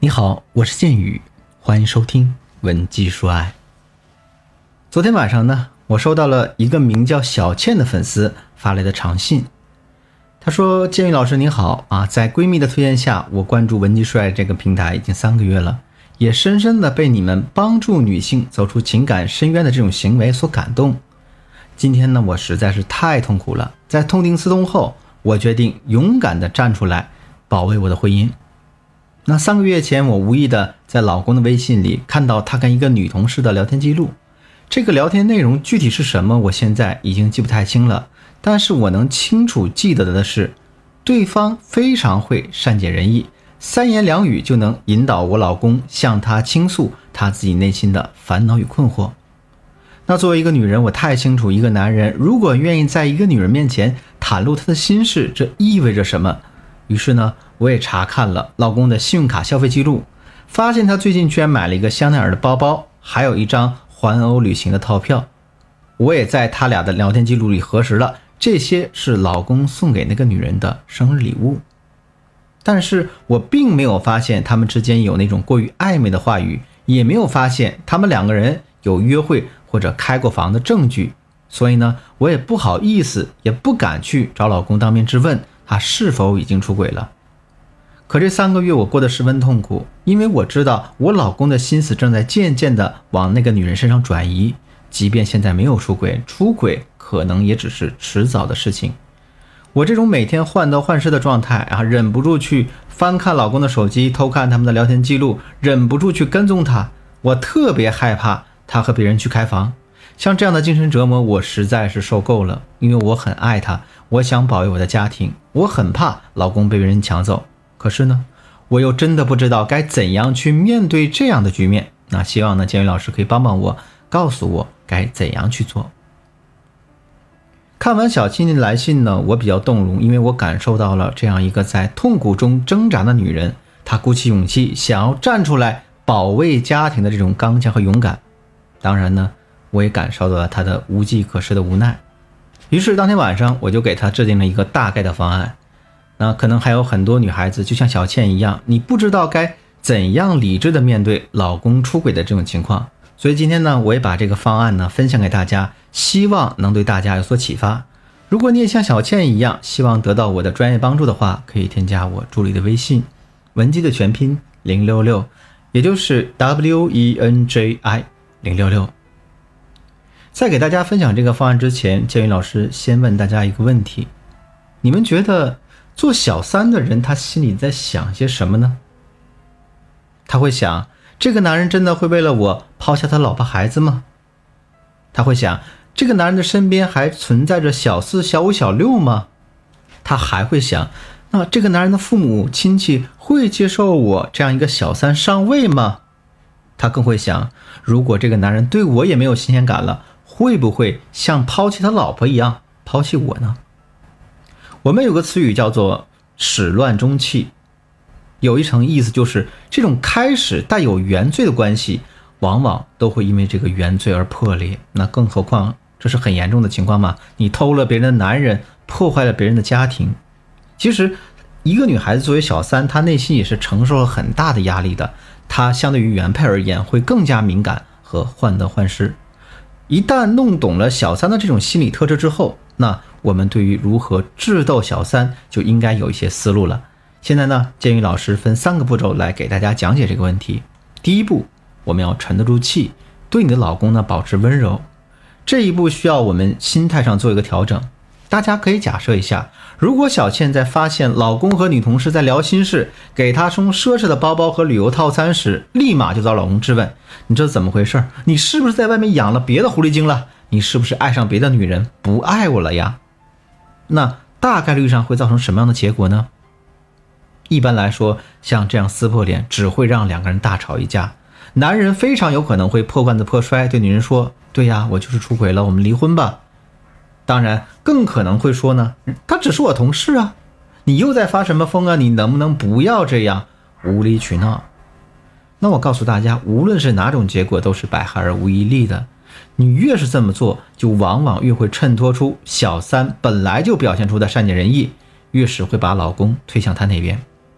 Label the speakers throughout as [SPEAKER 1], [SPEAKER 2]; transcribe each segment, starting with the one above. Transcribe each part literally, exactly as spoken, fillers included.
[SPEAKER 1] 你好，我是剑宇，欢迎收听文姬说爱。昨天晚上呢，我收到了一个名叫小倩的粉丝发来的长信。他说：剑宇老师你好啊，在闺蜜的推荐下，我关注文姬说爱这个平台已经三个月了，也深深的被你们帮助女性走出情感深渊的这种行为所感动。今天呢，我实在是太痛苦了，在痛定思痛后，我决定勇敢的站出来保卫我的婚姻。那三个月前，我无意的在老公的微信里看到他跟一个女同事的聊天记录，这个聊天内容具体是什么，我现在已经记不太清了，但是我能清楚记得的是，对方非常会善解人意，三言两语就能引导我老公向他倾诉他自己内心的烦恼与困惑。那作为一个女人，我太清楚一个男人如果愿意在一个女人面前袒露他的心事，这意味着什么。于是呢，我也查看了老公的信用卡消费记录，发现他最近居然买了一个香奈儿的包包，还有一张环欧旅行的套票。我也在他俩的聊天记录里核实了，这些是老公送给那个女人的生日礼物。但是我并没有发现他们之间有那种过于暧昧的话语，也没有发现他们两个人有约会或者开过房的证据。所以呢，我也不好意思，也不敢去找老公当面质问他是否已经出轨了。可这三个月我过得十分痛苦，因为我知道我老公的心思正在渐渐的往那个女人身上转移，即便现在没有出轨，出轨可能也只是迟早的事情。我这种每天患得患失的状态啊，忍不住去翻看老公的手机，偷看他们的聊天记录，忍不住去跟踪他。我特别害怕他和别人去开房，像这样的精神折磨我实在是受够了，因为我很爱他，我想保卫我的家庭，我很怕老公被别人抢走。可是呢，我又真的不知道该怎样去面对这样的局面。那希望呢，建宇老师可以帮帮我，告诉我该怎样去做。看完小青的来信呢，我比较动容，因为我感受到了这样一个在痛苦中挣扎的女人，她鼓起勇气想要站出来保卫家庭的这种刚强和勇敢。当然呢，我也感受到了她的无计可施的无奈。于是当天晚上我就给她制定了一个大概的方案。那可能还有很多女孩子就像小倩一样，你不知道该怎样理智的面对老公出轨的这种情况。所以今天呢，我也把这个方案呢分享给大家，希望能对大家有所启发。如果你也像小倩一样希望得到我的专业帮助的话，可以添加我助理的微信文姬的全拼零六六，也就是 W E N J I 零六六。在给大家分享这个方案之前，建宇老师先问大家一个问题，你们觉得做小三的人他心里在想些什么呢？他会想，这个男人真的会为了我抛下他老婆孩子吗？他会想，这个男人的身边还存在着小四小五小六吗？他还会想，那这个男人的父母亲戚会接受我这样一个小三上位吗？他更会想，如果这个男人对我也没有新鲜感了，会不会像抛弃他老婆一样抛弃我呢？我们有个词语叫做始乱终弃，有一层意思就是这种开始带有原罪的关系往往都会因为这个原罪而破裂。那更何况这是很严重的情况嘛，你偷了别人的男人，破坏了别人的家庭。其实一个女孩子作为小三，她内心也是承受了很大的压力的，她相对于原配而言会更加敏感和患得患失。一旦弄懂了小三的这种心理特质之后，那我们对于如何智斗小三就应该有一些思路了。现在呢，建宇老师分三个步骤来给大家讲解这个问题。第一步，我们要沉得住气，对你的老公呢保持温柔。这一步需要我们心态上做一个调整。大家可以假设一下，如果小倩在发现老公和女同事在聊心事，给她送奢侈的包包和旅游套餐时，立马就遭老公质问，你这怎么回事？你是不是在外面养了别的狐狸精了？你是不是爱上别的女人，不爱我了呀？那大概率上会造成什么样的结果呢？一般来说，像这样撕破脸只会让两个人大吵一架。男人非常有可能会破罐子破摔，对女人说，对呀，我就是出轨了，我们离婚吧。当然更可能会说呢，他只是我同事啊，你又在发什么疯啊，你能不能不要这样无理取闹。那我告诉大家，无论是哪种结果都是百害而无一利的。你越是这么做，就往往越会衬托出小三本来就表现出的善解人意，越是会把老公推向他那边。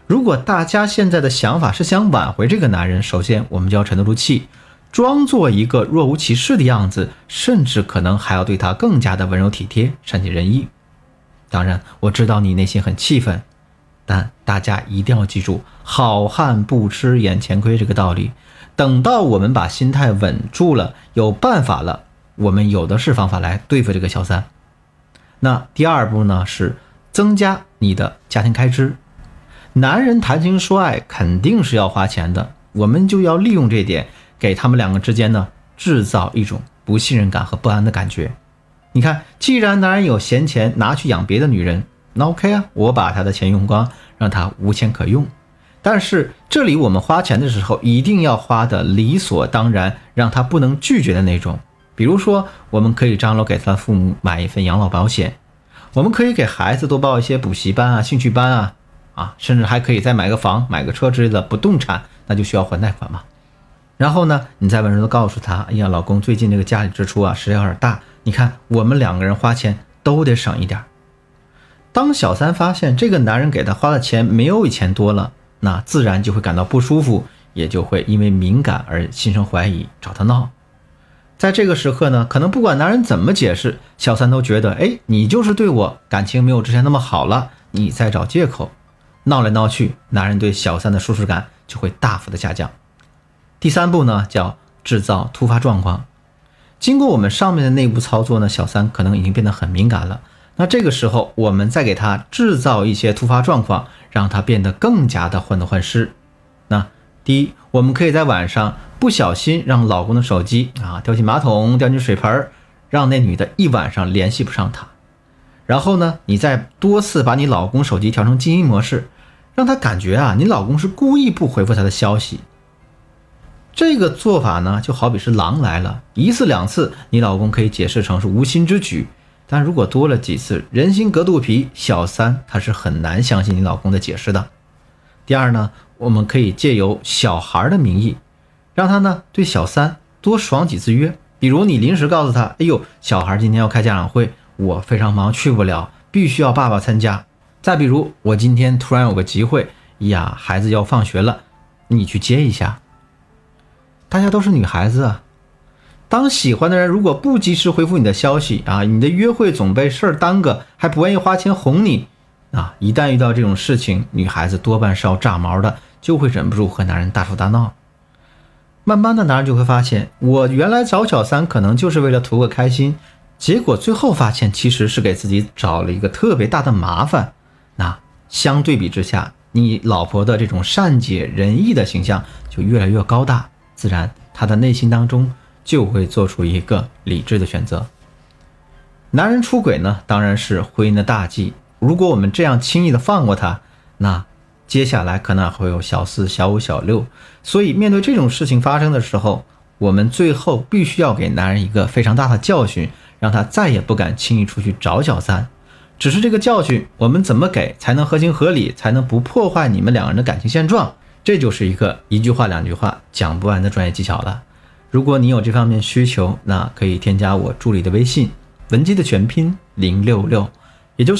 [SPEAKER 1] 如果大家现在的想法是想挽回这个男人，首先我们就要沉得住气，装作一个若无其事的样子，甚至可能还要对他更加的温柔体贴，善解人意。当然我知道你内心很气愤，但大家一定要记住好汉不吃眼前亏这个道理。等到我们把心态稳住了，有办法了，我们有的是方法来对付这个小三。那第二步呢，是增加你的家庭开支。男人谈情说爱肯定是要花钱的，我们就要利用这一点，给他们两个之间呢制造一种不信任感和不安的感觉。你看，既然男人有闲钱拿去养别的女人，那 OK 啊，我把他的钱用光，让他无钱可用。但是这里我们花钱的时候一定要花的理所当然，让他不能拒绝的那种。比如说我们可以张罗给他父母买一份养老保险，我们可以给孩子多报一些补习班啊、兴趣班啊啊，甚至还可以再买个房、买个车之类的不动产，那就需要还贷款嘛。然后呢，你再温柔的告诉他，哎呀，老公最近这个家里支出啊实在有点大，你看我们两个人花钱都得省一点。当小三发现这个男人给他花的钱没有以前多了，那自然就会感到不舒服，也就会因为敏感而心生怀疑，找他闹。在这个时刻呢，可能不管男人怎么解释，小三都觉得，哎，你就是对我感情没有之前那么好了，你在找借口。闹来闹去，男人对小三的舒适感就会大幅的下降。第三步呢，叫制造突发状况。经过我们上面的内部操作呢，小三可能已经变得很敏感了。那这个时候，我们再给他制造一些突发状况，让他变得更加的患得患失。那第一，我们可以在晚上不小心让老公的手机啊掉进马桶、掉进水盆，让那女的一晚上联系不上他。然后呢，你再多次把你老公手机调成静音模式，让他感觉啊，你老公是故意不回复他的消息。这个做法呢，就好比是狼来了，一次两次你老公可以解释成是无心之举，但如果多了几次，人心隔肚皮，小三他是很难相信你老公的解释的。第二呢，我们可以借由小孩的名义，让他呢对小三多爽几次约。比如你临时告诉他，哎呦，小孩今天要开家长会，我非常忙去不了，必须要爸爸参加。再比如我今天突然有个集会呀，孩子要放学了，你去接一下。大家都是女孩子啊，当喜欢的人如果不及时回复你的消息啊，你的约会总被事儿耽搁，还不愿意花钱哄你啊，一旦遇到这种事情，女孩子多半是要炸毛的，就会忍不住和男人大吵大闹。慢慢的男人就会发现，我原来找小三可能就是为了图个开心，结果最后发现其实是给自己找了一个特别大的麻烦。那相对比之下，你老婆的这种善解人意的形象就越来越高大，自然他的内心当中就会做出一个理智的选择。男人出轨呢，当然是婚姻的大忌，如果我们这样轻易的放过他，那接下来可能会有小四、小五、小六。所以面对这种事情发生的时候，我们最后必须要给男人一个非常大的教训，让他再也不敢轻易出去找小三。只是这个教训我们怎么给才能合情合理，才能不破坏你们两人的感情现状，这就是一个一句话两句话讲不完的专业技巧了。如果你有这方面需求，那可以添加我助理的微信，文姬的全拼零六六，也就是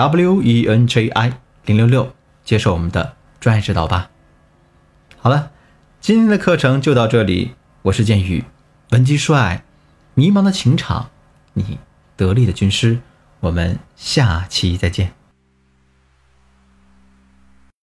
[SPEAKER 1] W E N J I 零六六，接受我们的专业指导吧。好了，今天的课程就到这里，我是建宇，文姬说爱，迷茫的情场，你得力的军师，我们下期再见。